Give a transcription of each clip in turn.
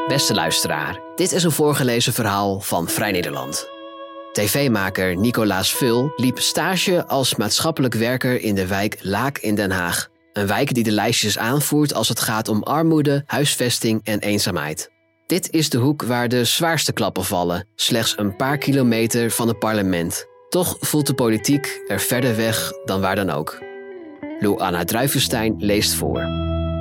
Beste luisteraar, dit is een voorgelezen verhaal van Vrij Nederland. TV-maker Nicolaas Vul liep stage als maatschappelijk werker in de wijk Laak in Den Haag. Een wijk die de lijstjes aanvoert als het gaat om armoede, huisvesting en eenzaamheid. Dit is de hoek waar de zwaarste klappen vallen, slechts een paar kilometer van het parlement. Toch voelt de politiek er verder weg dan waar dan ook. Lou Anna Druivenstein leest voor.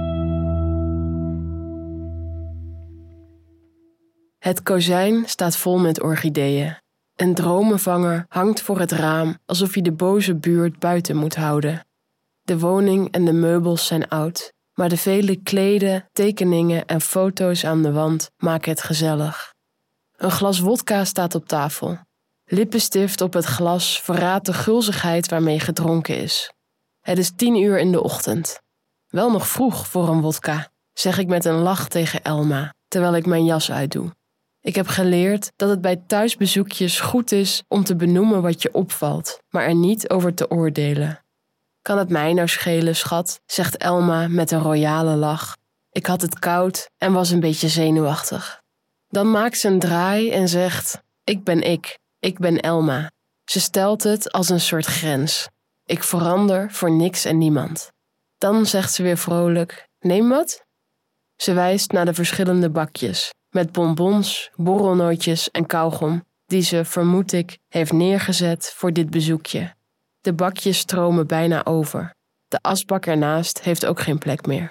Het kozijn staat vol met orchideeën. Een dromenvanger hangt voor het raam alsof hij de boze buurt buiten moet houden. De woning en de meubels zijn oud, maar de vele kleden, tekeningen en foto's aan de wand maken het gezellig. Een glas wodka staat op tafel. Lippenstift op het glas verraadt de gulzigheid waarmee gedronken is. Het is 10:00 in de ochtend. Wel nog vroeg voor een wodka, zeg ik met een lach tegen Elma, terwijl ik mijn jas uitdoe. Ik heb geleerd dat het bij thuisbezoekjes goed is om te benoemen wat je opvalt, maar er niet over te oordelen. Kan het mij nou schelen, schat, zegt Elma met een royale lach. Ik had het koud en was een beetje zenuwachtig. Dan maakt ze een draai en zegt, ik ben Elma. Ze stelt het als een soort grens. Ik verander voor niks en niemand. Dan zegt ze weer vrolijk, neem wat? Ze wijst naar de verschillende bakjes, met bonbons, borrelnootjes en kauwgom, die ze, vermoed ik, heeft neergezet voor dit bezoekje. De bakjes stromen bijna over. De asbak ernaast heeft ook geen plek meer.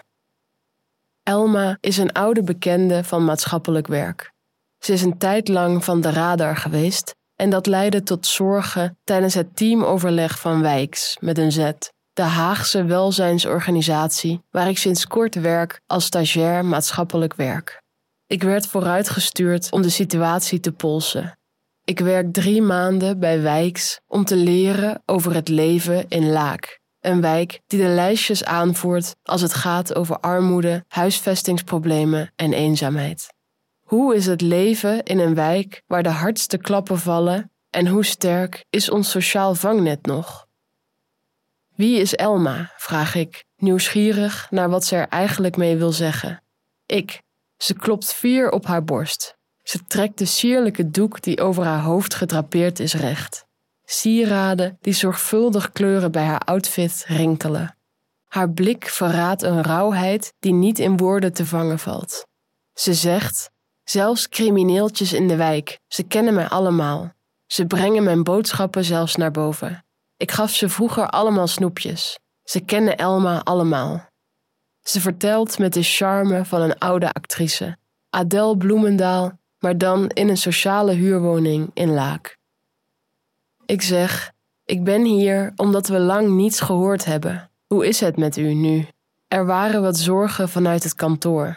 Elma is een oude bekende van maatschappelijk werk. Ze is een tijd lang van de radar geweest en dat leidde tot zorgen tijdens het teamoverleg van Wijks met een Z, de Haagse welzijnsorganisatie waar ik sinds kort werk als stagiair maatschappelijk werk. Ik werd vooruitgestuurd om de situatie te polsen. Ik werk 3 maanden bij Wijks om te leren over het leven in Laak. Een wijk die de lijstjes aanvoert als het gaat over armoede, huisvestingsproblemen en eenzaamheid. Hoe is het leven in een wijk waar de hardste klappen vallen en hoe sterk is ons sociaal vangnet nog? Wie is Elma, vraag ik, nieuwsgierig naar wat ze er eigenlijk mee wil zeggen. Ze klopt 4 op haar borst. Ze trekt de sierlijke doek die over haar hoofd gedrapeerd is recht. Sieraden die zorgvuldig kleuren bij haar outfit rinkelen. Haar blik verraadt een rauwheid die niet in woorden te vangen valt. Ze zegt, zelfs crimineeltjes in de wijk, ze kennen mij allemaal. Ze brengen mijn boodschappen zelfs naar boven. Ik gaf ze vroeger allemaal snoepjes. Ze kennen Elma allemaal. Ze vertelt met de charme van een oude actrice. Adèle Bloemendaal, maar dan in een sociale huurwoning in Laak. Ik zeg, ik ben hier omdat we lang niets gehoord hebben. Hoe is het met u nu? Er waren wat zorgen vanuit het kantoor.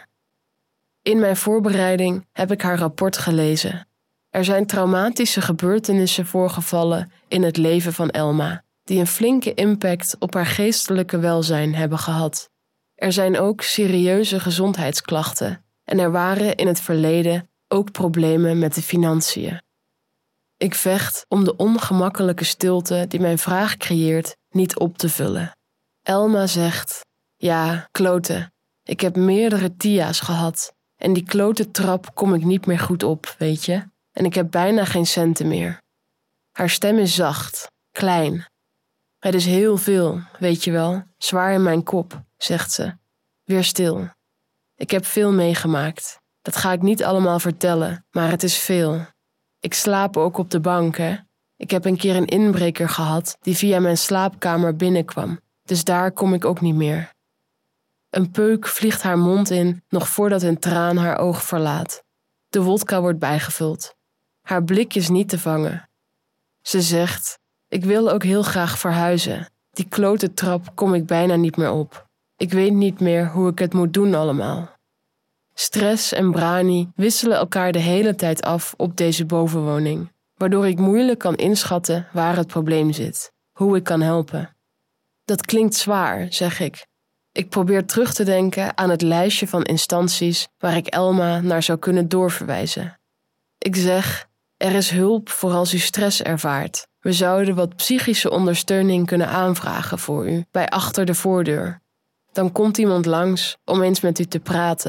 In mijn voorbereiding heb ik haar rapport gelezen. Er zijn traumatische gebeurtenissen voorgevallen in het leven van Elma, die een flinke impact op haar geestelijke welzijn hebben gehad. Er zijn ook serieuze gezondheidsklachten en er waren in het verleden ook problemen met de financiën. Ik vecht om de ongemakkelijke stilte die mijn vraag creëert niet op te vullen. Elma zegt, ja, kloten, ik heb meerdere TIA's gehad en die klote trap kom ik niet meer goed op, weet je, en ik heb bijna geen centen meer. Haar stem is zacht, klein. Het is heel veel, weet je wel, zwaar in mijn kop, zegt ze. Weer stil. Ik heb veel meegemaakt. Dat ga ik niet allemaal vertellen, maar het is veel. Ik slaap ook op de bank, hè. Ik heb een keer een inbreker gehad die via mijn slaapkamer binnenkwam, dus daar kom ik ook niet meer. Een peuk vliegt haar mond in, nog voordat een traan haar oog verlaat. De wodka wordt bijgevuld. Haar blik is niet te vangen. Ze zegt, ik wil ook heel graag verhuizen. Die klote trap kom ik bijna niet meer op. Ik weet niet meer hoe ik het moet doen allemaal. Stress en brani wisselen elkaar de hele tijd af op deze bovenwoning, waardoor ik moeilijk kan inschatten waar het probleem zit, hoe ik kan helpen. Dat klinkt zwaar, zeg ik. Ik probeer terug te denken aan het lijstje van instanties waar ik Elma naar zou kunnen doorverwijzen. Ik zeg, er is hulp voor als u stress ervaart. We zouden wat psychische ondersteuning kunnen aanvragen voor u, bij achter de voordeur. Dan komt iemand langs om eens met u te praten.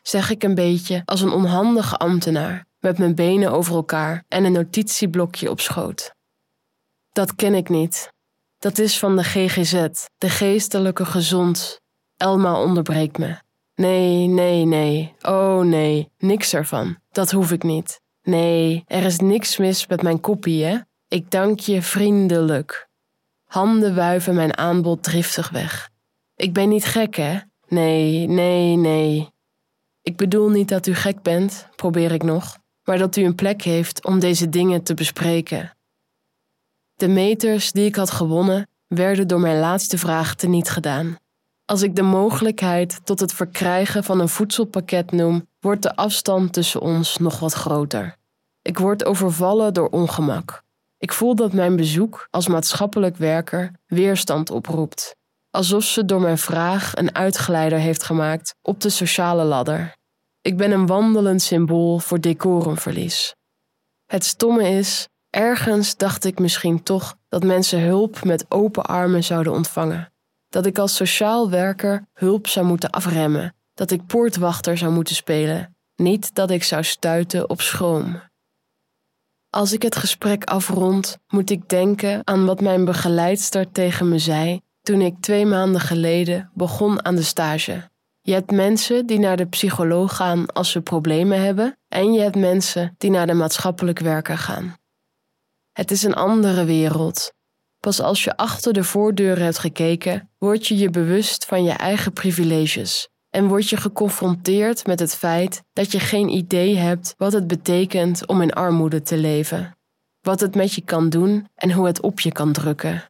zeg ik een beetje als een onhandige ambtenaar, met mijn benen over elkaar en een notitieblokje op schoot. Dat ken ik niet. Dat is van de GGZ, de geestelijke gezond. Elma onderbreekt me. Nee. Oh nee, niks ervan. Dat hoef ik niet. Nee, er is niks mis met mijn koppie, hè? Ik dank je vriendelijk. Handen wuiven mijn aanbod driftig weg. Ik ben niet gek, hè? Nee. Ik bedoel niet dat u gek bent, probeer ik nog, maar dat u een plek heeft om deze dingen te bespreken. De meters die ik had gewonnen, werden door mijn laatste vraag teniet gedaan. Als ik de mogelijkheid tot het verkrijgen van een voedselpakket noem, wordt de afstand tussen ons nog wat groter. Ik word overvallen door ongemak. Ik voel dat mijn bezoek als maatschappelijk werker weerstand oproept. Alsof ze door mijn vraag een uitgeleider heeft gemaakt op de sociale ladder. Ik ben een wandelend symbool voor decorumverlies. Het stomme is, ergens dacht ik misschien toch dat mensen hulp met open armen zouden ontvangen. Dat ik als sociaal werker hulp zou moeten afremmen. Dat ik poortwachter zou moeten spelen. Niet dat ik zou stuiten op schroom. Als ik het gesprek afrond, moet ik denken aan wat mijn begeleidster tegen me zei toen ik 2 maanden geleden begon aan de stage. Je hebt mensen die naar de psycholoog gaan als ze problemen hebben en je hebt mensen die naar de maatschappelijk werker gaan. Het is een andere wereld. Pas als je achter de voordeuren hebt gekeken, word je je bewust van je eigen privileges en word je geconfronteerd met het feit dat je geen idee hebt wat het betekent om in armoede te leven, wat het met je kan doen en hoe het op je kan drukken.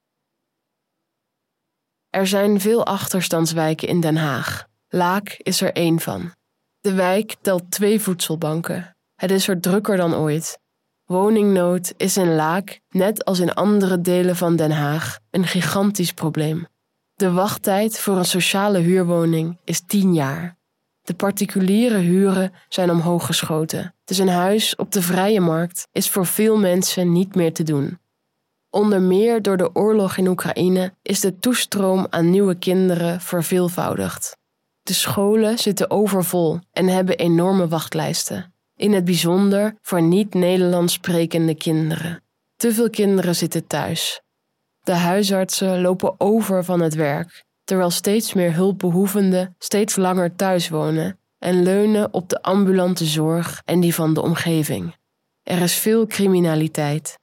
Er zijn veel achterstandswijken in Den Haag. Laak is er 1 van. De wijk telt 2 voedselbanken. Het is er drukker dan ooit. Woningnood is in Laak, net als in andere delen van Den Haag, een gigantisch probleem. De wachttijd voor een sociale huurwoning is 10 jaar. De particuliere huren zijn omhoog geschoten, dus een huis op de vrije markt is voor veel mensen niet meer te doen. Onder meer door de oorlog in Oekraïne is de toestroom aan nieuwe kinderen verveelvoudigd. De scholen zitten overvol en hebben enorme wachtlijsten. In het bijzonder voor niet-Nederlands sprekende kinderen. Te veel kinderen zitten thuis. De huisartsen lopen over van het werk, terwijl steeds meer hulpbehoevenden steeds langer thuis wonen en leunen op de ambulante zorg en die van de omgeving. Er is veel criminaliteit.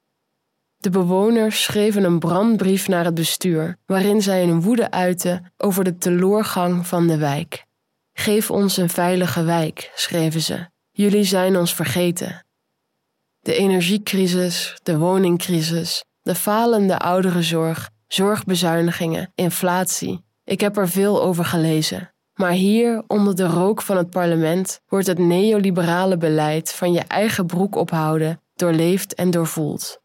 De bewoners schreven een brandbrief naar het bestuur, waarin zij hun woede uitten over de teloorgang van de wijk. Geef ons een veilige wijk, schreven ze. Jullie zijn ons vergeten. De energiecrisis, de woningcrisis, de falende ouderenzorg, zorgbezuinigingen, inflatie. Ik heb er veel over gelezen. Maar hier, onder de rook van het parlement, wordt het neoliberale beleid van je eigen broek ophouden doorleefd en doorvoeld.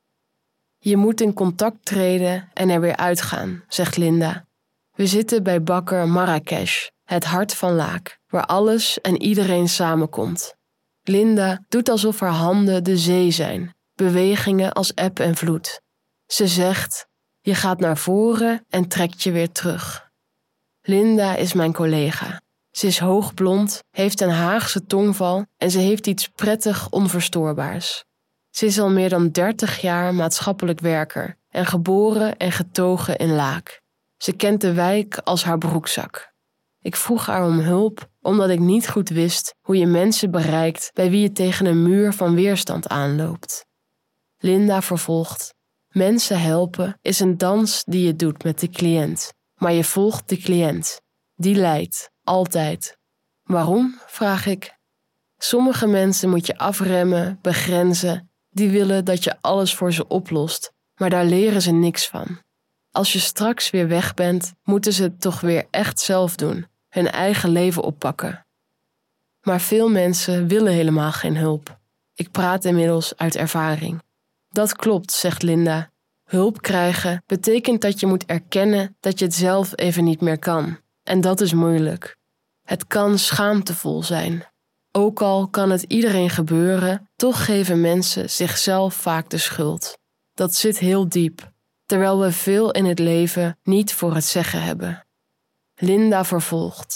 Je moet in contact treden en er weer uitgaan, zegt Linda. We zitten bij bakker Marrakesh, het hart van Laak, waar alles en iedereen samenkomt. Linda doet alsof haar handen de zee zijn, bewegingen als eb en vloed. Ze zegt, je gaat naar voren en trekt je weer terug. Linda is mijn collega. Ze is hoogblond, heeft een Haagse tongval en ze heeft iets prettig onverstoorbaars. Ze is al meer dan 30 jaar maatschappelijk werker en geboren en getogen in Laak. Ze kent de wijk als haar broekzak. Ik vroeg haar om hulp omdat ik niet goed wist hoe je mensen bereikt bij wie je tegen een muur van weerstand aanloopt. Linda vervolgt, mensen helpen is een dans die je doet met de cliënt, maar je volgt de cliënt. Die lijdt, altijd. Waarom, vraag ik. Sommige mensen moet je afremmen, begrenzen. Die willen dat je alles voor ze oplost, maar daar leren ze niks van. Als je straks weer weg bent, moeten ze het toch weer echt zelf doen, hun eigen leven oppakken. Maar veel mensen willen helemaal geen hulp. Ik praat inmiddels uit ervaring. Dat klopt, zegt Linda. Hulp krijgen betekent dat je moet erkennen dat je het zelf even niet meer kan. En dat is moeilijk. Het kan schaamtevol zijn. Ook al kan het iedereen gebeuren, toch geven mensen zichzelf vaak de schuld. Dat zit heel diep, terwijl we veel in het leven niet voor het zeggen hebben. Linda vervolgt.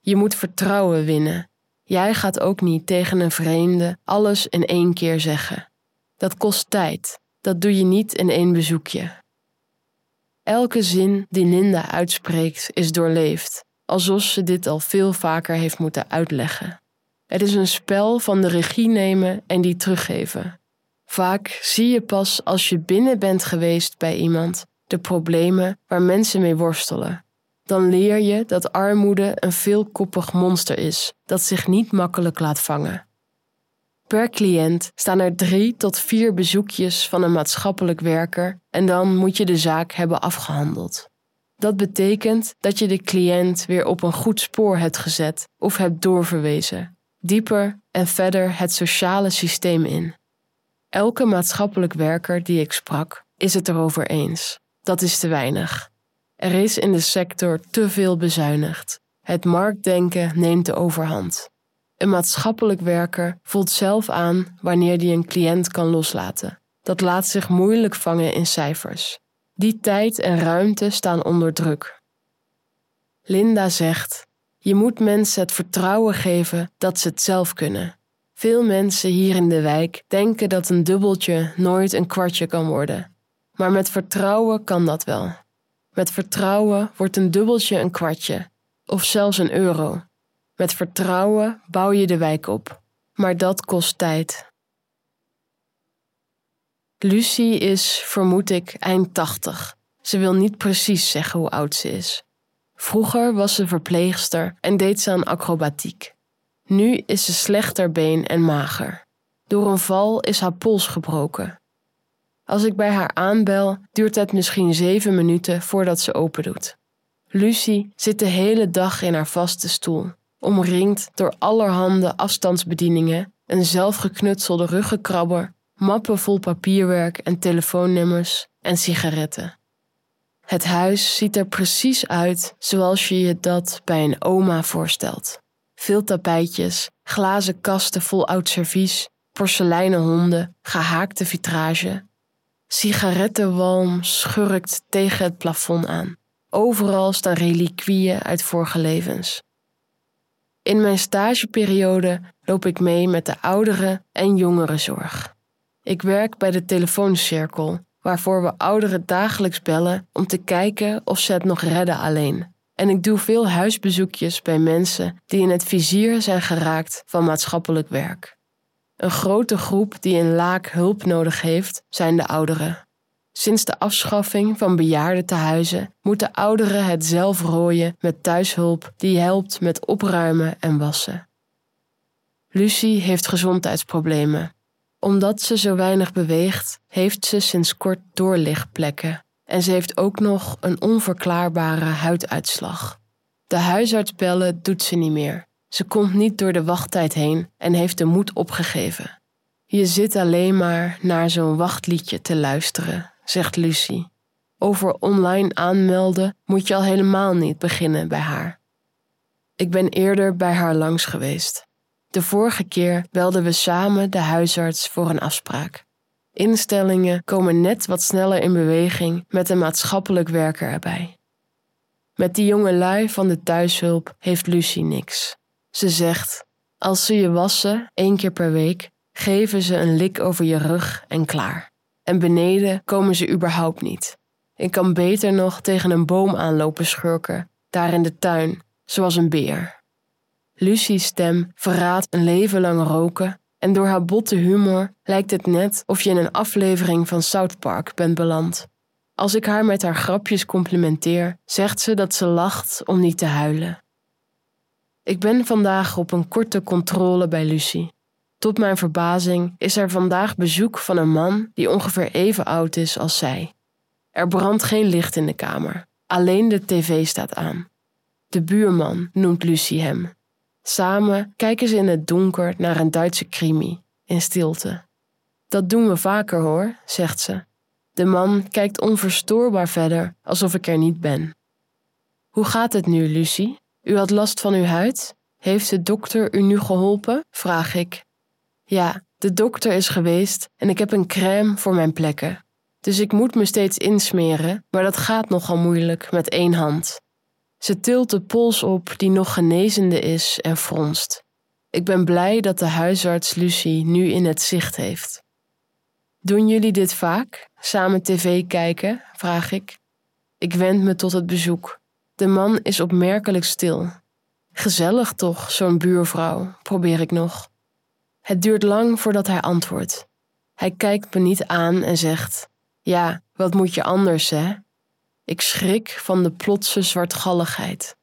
Je moet vertrouwen winnen. Jij gaat ook niet tegen een vreemde alles in 1 keer zeggen. Dat kost tijd. Dat doe je niet in 1 bezoekje. Elke zin die Linda uitspreekt is doorleefd, alsof ze dit al veel vaker heeft moeten uitleggen. Het is een spel van de regie nemen en die teruggeven. Vaak zie je pas als je binnen bent geweest bij iemand de problemen waar mensen mee worstelen. Dan leer je dat armoede een veelkoppig monster is dat zich niet makkelijk laat vangen. Per cliënt staan er 3 tot 4 bezoekjes van een maatschappelijk werker en dan moet je de zaak hebben afgehandeld. Dat betekent dat je de cliënt weer op een goed spoor hebt gezet of hebt doorverwezen, dieper en verder het sociale systeem in. Elke maatschappelijk werker die ik sprak is het erover eens. Dat is te weinig. Er is in de sector te veel bezuinigd. Het marktdenken neemt de overhand. Een maatschappelijk werker voelt zelf aan wanneer hij een cliënt kan loslaten. Dat laat zich moeilijk vangen in cijfers. Die tijd en ruimte staan onder druk. Linda zegt, je moet mensen het vertrouwen geven dat ze het zelf kunnen. Veel mensen hier in de wijk denken dat een dubbeltje nooit een kwartje kan worden. Maar met vertrouwen kan dat wel. Met vertrouwen wordt een dubbeltje een kwartje, of zelfs een euro. Met vertrouwen bouw je de wijk op, maar dat kost tijd. Lucie is, vermoed ik, eind 80. Ze wil niet precies zeggen hoe oud ze is. Vroeger was ze verpleegster en deed ze aan acrobatiek. Nu is ze slecht ter been en mager. Door een val is haar pols gebroken. Als ik bij haar aanbel, duurt het misschien 7 minuten voordat ze opendoet. Lucie zit de hele dag in haar vaste stoel, omringd door allerhande afstandsbedieningen, een zelfgeknutselde ruggenkrabber, mappen vol papierwerk en telefoonnummers en sigaretten. Het huis ziet er precies uit zoals je je dat bij een oma voorstelt. Veel tapijtjes, glazen kasten vol oud servies, porseleinen honden, gehaakte vitrage. Sigarettenwalm schurkt tegen het plafond aan. Overal staan reliquieën uit vorige levens. In mijn stageperiode loop ik mee met de ouderen- en jongerenzorg. Ik werk bij de telefooncirkel, waarvoor we ouderen dagelijks bellen om te kijken of ze het nog redden alleen. En ik doe veel huisbezoekjes bij mensen die in het vizier zijn geraakt van maatschappelijk werk. Een grote groep die in Laak hulp nodig heeft, zijn de ouderen. Sinds de afschaffing van bejaardentehuizen moeten ouderen het zelf rooien met thuishulp die helpt met opruimen en wassen. Lucie heeft gezondheidsproblemen. Omdat ze zo weinig beweegt, heeft ze sinds kort doorlichtplekken. En ze heeft ook nog een onverklaarbare huiduitslag. De huisarts bellen doet ze niet meer. Ze komt niet door de wachttijd heen en heeft de moed opgegeven. Je zit alleen maar naar zo'n wachtliedje te luisteren, zegt Lucie. Over online aanmelden moet je al helemaal niet beginnen bij haar. Ik ben eerder bij haar langs geweest. De vorige keer belden we samen de huisarts voor een afspraak. Instellingen komen net wat sneller in beweging met een maatschappelijk werker erbij. Met die jongelui van de thuishulp heeft Lucie niks. Ze zegt, als ze je wassen 1 keer per week, geven ze een lik over je rug en klaar. En beneden komen ze überhaupt niet. Ik kan beter nog tegen een boom aanlopen schurken, daar in de tuin, zoals een beer. Lucie's stem verraadt een leven lang roken en door haar botte humor lijkt het net of je in een aflevering van South Park bent beland. Als ik haar met haar grapjes complimenteer, zegt ze dat ze lacht om niet te huilen. Ik ben vandaag op een korte controle bij Lucie. Tot mijn verbazing is er vandaag bezoek van een man die ongeveer even oud is als zij. Er brandt geen licht in de kamer, alleen de tv staat aan. De buurman noemt Lucie hem. Samen kijken ze in het donker naar een Duitse krimi, in stilte. Dat doen we vaker hoor, zegt ze. De man kijkt onverstoorbaar verder, alsof ik er niet ben. Hoe gaat het nu, Lucie? U had last van uw huid? Heeft de dokter u nu geholpen? Vraag ik. Ja, de dokter is geweest en ik heb een crème voor mijn plekken. Dus ik moet me steeds insmeren, maar dat gaat nogal moeilijk met 1 hand. Ze tilt de pols op die nog genezende is en fronst. Ik ben blij dat de huisarts Lucie nu in het zicht heeft. Doen jullie dit vaak? Samen tv kijken? Vraag ik. Ik wend me tot het bezoek. De man is opmerkelijk stil. Gezellig toch, zo'n buurvrouw, probeer ik nog. Het duurt lang voordat hij antwoordt. Hij kijkt me niet aan en zegt: ja, wat moet je anders, hè? Ik schrik van de plotse zwartgalligheid.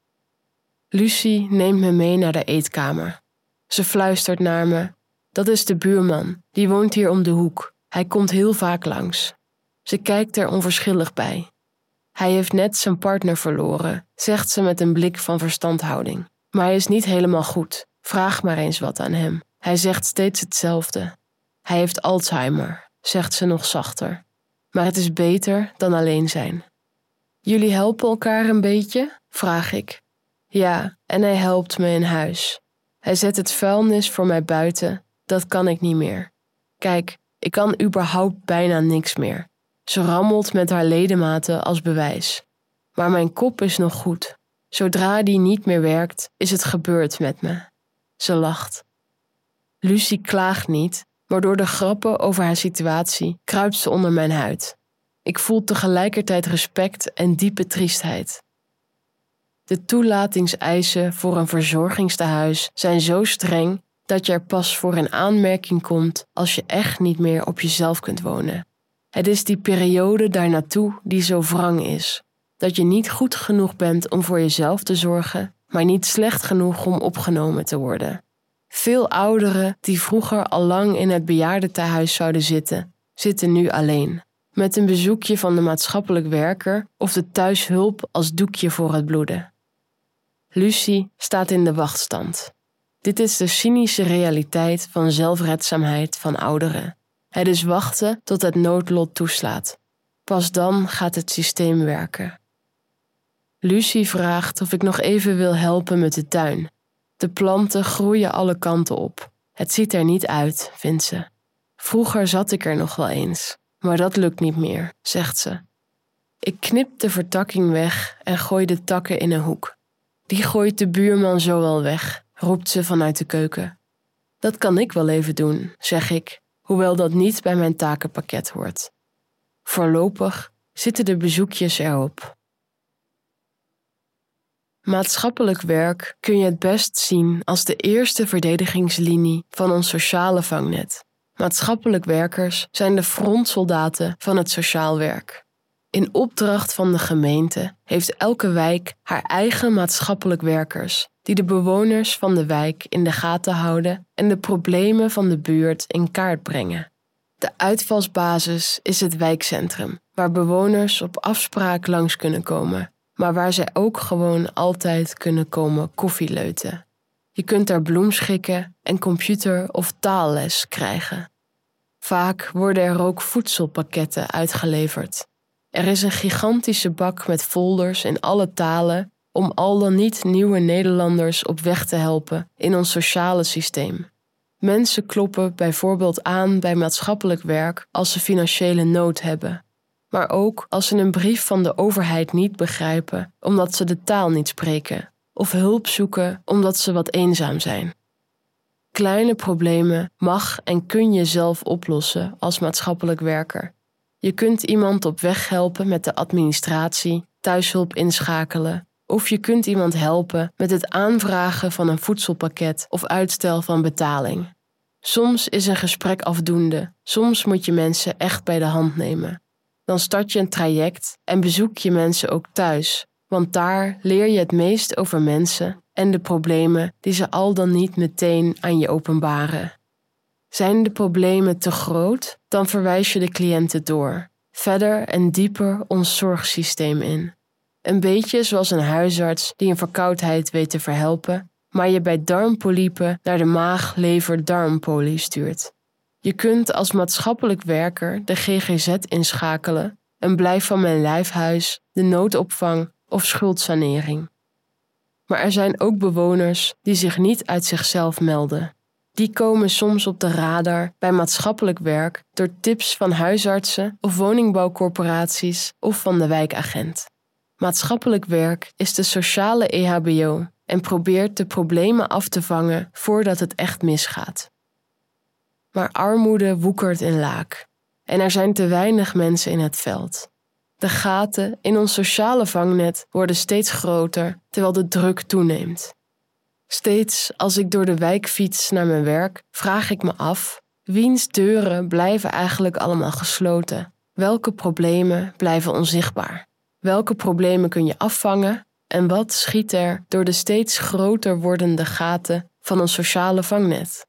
Lucie neemt me mee naar de eetkamer. Ze fluistert naar me: dat is de buurman, die woont hier om de hoek. Hij komt heel vaak langs. Ze kijkt er onverschillig bij. Hij heeft net zijn partner verloren, zegt ze met een blik van verstandhouding. Maar hij is niet helemaal goed. Vraag maar eens wat aan hem. Hij zegt steeds hetzelfde. Hij heeft Alzheimer, zegt ze nog zachter. Maar het is beter dan alleen zijn. Jullie helpen elkaar een beetje? Vraag ik. Ja, en hij helpt me in huis. Hij zet het vuilnis voor mij buiten. Dat kan ik niet meer. Kijk, ik kan überhaupt bijna niks meer. Ze rammelt met haar ledematen als bewijs. Maar mijn kop is nog goed. Zodra die niet meer werkt, is het gebeurd met me. Ze lacht. Lucie klaagt niet, maar door de grappen over haar situatie kruipt ze onder mijn huid. Ik voel tegelijkertijd respect en diepe triestheid. De toelatingseisen voor een verzorgingstehuis zijn zo streng dat je er pas voor in aanmerking komt als je echt niet meer op jezelf kunt wonen. Het is die periode daarnaartoe die zo wrang is. Dat je niet goed genoeg bent om voor jezelf te zorgen, maar niet slecht genoeg om opgenomen te worden. Veel ouderen die vroeger al lang in het bejaardentehuis zouden zitten, zitten nu alleen. Met een bezoekje van de maatschappelijk werker of de thuishulp als doekje voor het bloeden. Lucie staat in de wachtstand. Dit is de cynische realiteit van zelfredzaamheid van ouderen. Het is wachten tot het noodlot toeslaat. Pas dan gaat het systeem werken. Lucie vraagt of ik nog even wil helpen met de tuin. De planten groeien alle kanten op. Het ziet er niet uit, vindt ze. Vroeger zat ik er nog wel eens, maar dat lukt niet meer, zegt ze. Ik knip de vertakking weg en gooi de takken in een hoek. Die gooit de buurman zo wel weg, roept ze vanuit de keuken. Dat kan ik wel even doen, zeg ik, hoewel dat niet bij mijn takenpakket hoort. Voorlopig zitten de bezoekjes erop. Maatschappelijk werk kun je het best zien als de eerste verdedigingslinie van ons sociale vangnet. Maatschappelijk werkers zijn de frontsoldaten van het sociaal werk. In opdracht van de gemeente heeft elke wijk haar eigen maatschappelijk werkers, die de bewoners van de wijk in de gaten houden en de problemen van de buurt in kaart brengen. De uitvalsbasis is het wijkcentrum, waar bewoners op afspraak langs kunnen komen, maar waar zij ook gewoon altijd kunnen komen koffieleuten. Je kunt daar bloemschikken en computer- of taalles krijgen. Vaak worden er ook voedselpakketten uitgeleverd. Er is een gigantische bak met folders in alle talen om al dan niet nieuwe Nederlanders op weg te helpen in ons sociale systeem. Mensen kloppen bijvoorbeeld aan bij maatschappelijk werk als ze financiële nood hebben, maar ook als ze een brief van de overheid niet begrijpen omdat ze de taal niet spreken, of hulp zoeken omdat ze wat eenzaam zijn. Kleine problemen mag en kun je zelf oplossen als maatschappelijk werker. Je kunt iemand op weg helpen met de administratie, thuishulp inschakelen, of je kunt iemand helpen met het aanvragen van een voedselpakket of uitstel van betaling. Soms is een gesprek afdoende, soms moet je mensen echt bij de hand nemen. Dan start je een traject en bezoek je mensen ook thuis, want daar leer je het meest over mensen en de problemen die ze al dan niet meteen aan je openbaren. Zijn de problemen te groot, dan verwijs je de cliënten door, verder en dieper ons zorgsysteem in. Een beetje zoals een huisarts die een verkoudheid weet te verhelpen, maar je bij darmpolypen naar de maag-lever-darmpolie stuurt. Je kunt als maatschappelijk werker de GGZ inschakelen, een blijf van mijn lijfhuis, de noodopvang of schuldsanering. Maar er zijn ook bewoners die zich niet uit zichzelf melden. Die komen soms op de radar bij maatschappelijk werk door tips van huisartsen of woningbouwcorporaties of van de wijkagent. Maatschappelijk werk is de sociale EHBO en probeert de problemen af te vangen voordat het echt misgaat. Maar armoede woekert in Laak en er zijn te weinig mensen in het veld. De gaten in ons sociale vangnet worden steeds groter terwijl de druk toeneemt. Steeds als ik door de wijk fiets naar mijn werk, vraag ik me af: wiens deuren blijven eigenlijk allemaal gesloten? Welke problemen blijven onzichtbaar? Welke problemen kun je afvangen? En wat schiet er door de steeds groter wordende gaten van een sociale vangnet?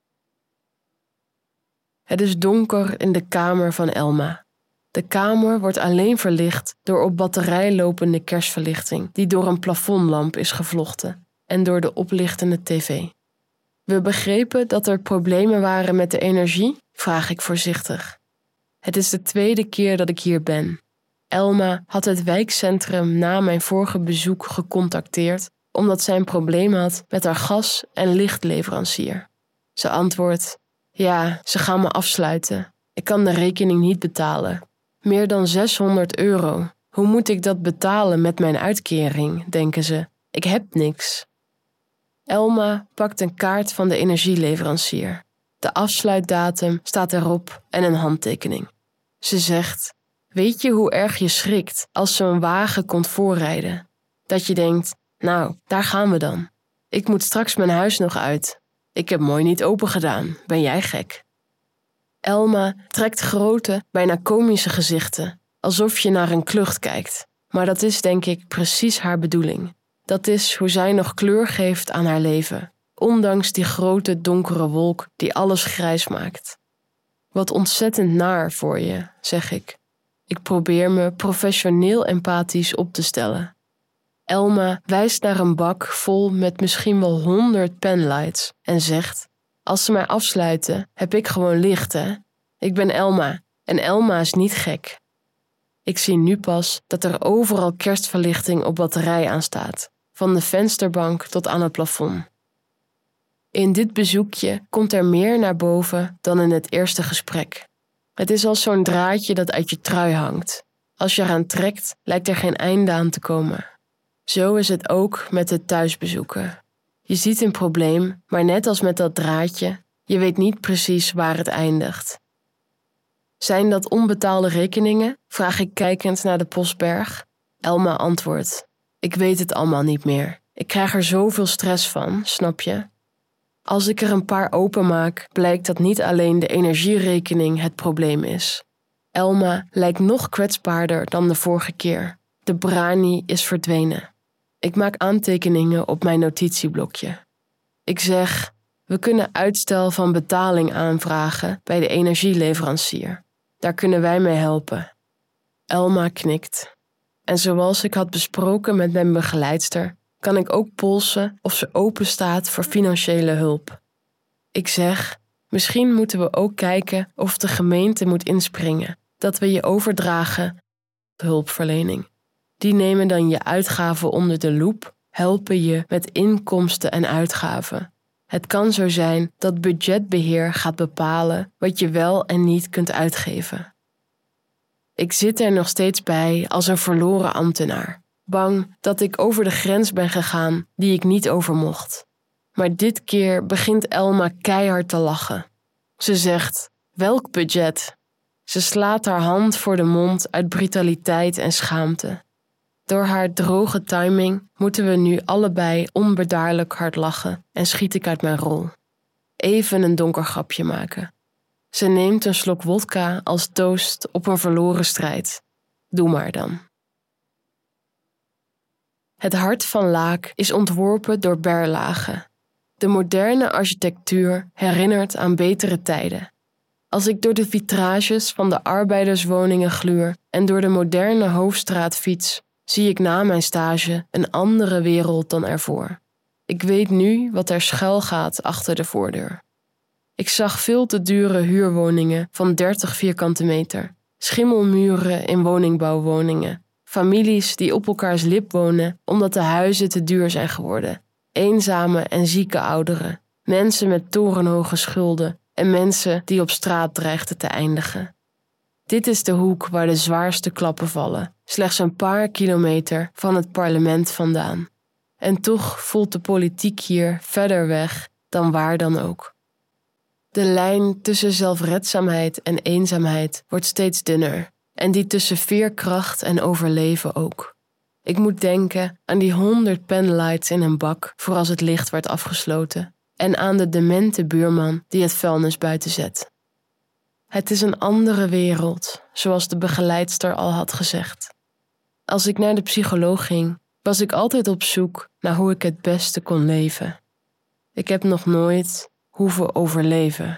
Het is donker in de kamer van Elma. De kamer wordt alleen verlicht door op batterij lopende kerstverlichting die door een plafondlamp is gevlochten en door de oplichtende tv. We begrepen dat er problemen waren met de energie, vraag ik voorzichtig. Het is de tweede keer dat ik hier ben. Elma had het wijkcentrum na mijn vorige bezoek gecontacteerd omdat zij een probleem had met haar gas- en lichtleverancier. Ze antwoordt: ja, ze gaan me afsluiten. Ik kan de rekening niet betalen. Meer dan €600. Hoe moet ik dat betalen met mijn uitkering, denken ze. Ik heb niks. Elma pakt een kaart van de energieleverancier. De afsluitdatum staat erop en een handtekening. Ze zegt: weet je hoe erg je schrikt als zo'n wagen komt voorrijden? Dat je denkt: nou, daar gaan we dan. Ik moet straks mijn huis nog uit. Ik heb mooi niet open gedaan, ben jij gek? Elma trekt grote, bijna komische gezichten, alsof je naar een klucht kijkt. Maar dat is denk ik precies haar bedoeling. Dat is hoe zij nog kleur geeft aan haar leven, ondanks die grote donkere wolk die alles grijs maakt. Wat ontzettend naar voor je, zeg ik. Ik probeer me professioneel empathisch op te stellen. Elma wijst naar een bak vol met misschien wel 100 penlights en zegt: als ze mij afsluiten, heb ik gewoon licht, hè? Ik ben Elma en Elma is niet gek. Ik zie nu pas dat er overal kerstverlichting op batterij aanstaat, van de vensterbank tot aan het plafond. In dit bezoekje komt er meer naar boven dan in het eerste gesprek. Het is als zo'n draadje dat uit je trui hangt. Als je eraan trekt, lijkt er geen einde aan te komen. Zo is het ook met het thuisbezoeken. Je ziet een probleem, maar net als met dat draadje, je weet niet precies waar het eindigt. Zijn dat onbetaalde rekeningen? Vraag ik kijkend naar de postberg. Elma antwoordt: ik weet het allemaal niet meer. Ik krijg er zoveel stress van, snap je? Als ik er een paar openmaak, blijkt dat niet alleen de energierekening het probleem is. Elma lijkt nog kwetsbaarder dan de vorige keer. De brani is verdwenen. Ik maak aantekeningen op mijn notitieblokje. Ik zeg: we kunnen uitstel van betaling aanvragen bij de energieleverancier. Daar kunnen wij mee helpen. Elma knikt. En zoals ik had besproken met mijn begeleidster, kan ik ook polsen of ze open staat voor financiële hulp. Ik zeg: misschien moeten we ook kijken of de gemeente moet inspringen, dat we je overdragen hulpverlening. Die nemen dan je uitgaven onder de loep, helpen je met inkomsten en uitgaven. Het kan zo zijn dat budgetbeheer gaat bepalen wat je wel en niet kunt uitgeven. Ik zit er nog steeds bij als een verloren ambtenaar, bang dat ik over de grens ben gegaan die ik niet over mocht. Maar dit keer begint Elma keihard te lachen. Ze zegt: welk budget? Ze slaat haar hand voor de mond uit brutaliteit en schaamte. Door haar droge timing moeten we nu allebei onbedaarlijk hard lachen en schiet ik uit mijn rol. Even een donker grapje maken. Ze neemt een slok wodka als toast op een verloren strijd. Doe maar dan. Het hart van Laak is ontworpen door Berlage. De moderne architectuur herinnert aan betere tijden. Als ik door de vitrages van de arbeiderswoningen gluur en door de moderne hoofdstraat fiets, zie ik na mijn stage een andere wereld dan ervoor. Ik weet nu wat er schuil gaat achter de voordeur. Ik zag veel te dure huurwoningen van 30 vierkante meter, schimmelmuren in woningbouwwoningen, families die op elkaars lip wonen omdat de huizen te duur zijn geworden, eenzame en zieke ouderen, mensen met torenhoge schulden en mensen die op straat dreigden te eindigen. Dit is de hoek waar de zwaarste klappen vallen, slechts een paar kilometer van het parlement vandaan. En toch voelt de politiek hier verder weg dan waar dan ook. De lijn tussen zelfredzaamheid en eenzaamheid wordt steeds dunner, en die tussen veerkracht en overleven ook. Ik moet denken aan die 100 penlights in een bak voor als het licht werd afgesloten, en aan de demente buurman die het vuilnis buiten zet. Het is een andere wereld, zoals de begeleidster al had gezegd. Als ik naar de psycholoog ging, was ik altijd op zoek naar hoe ik het beste kon leven. Ik heb nog nooit hoeven overleven.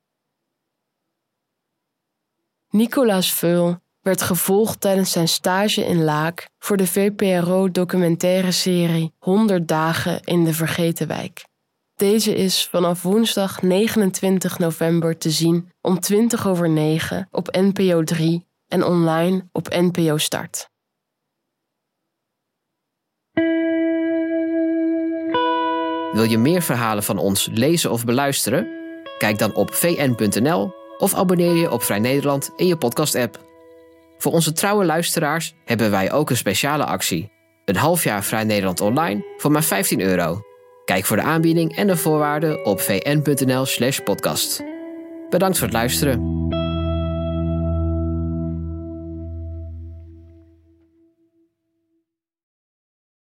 Nicolaas Veul werd gevolgd tijdens zijn stage in Laak voor de VPRO-documentaire serie 100 dagen in de Vergeten Wijk. Deze is vanaf woensdag 29 november te zien om 9:20 op NPO 3 en online op NPO Start. Wil je meer verhalen van ons lezen of beluisteren? Kijk dan op vn.nl of abonneer je op Vrij Nederland in je podcast-app. Voor onze trouwe luisteraars hebben wij ook een speciale actie. Een half jaar Vrij Nederland online voor maar €15. Kijk voor de aanbieding en de voorwaarden op vn.nl/podcast. Bedankt voor het luisteren.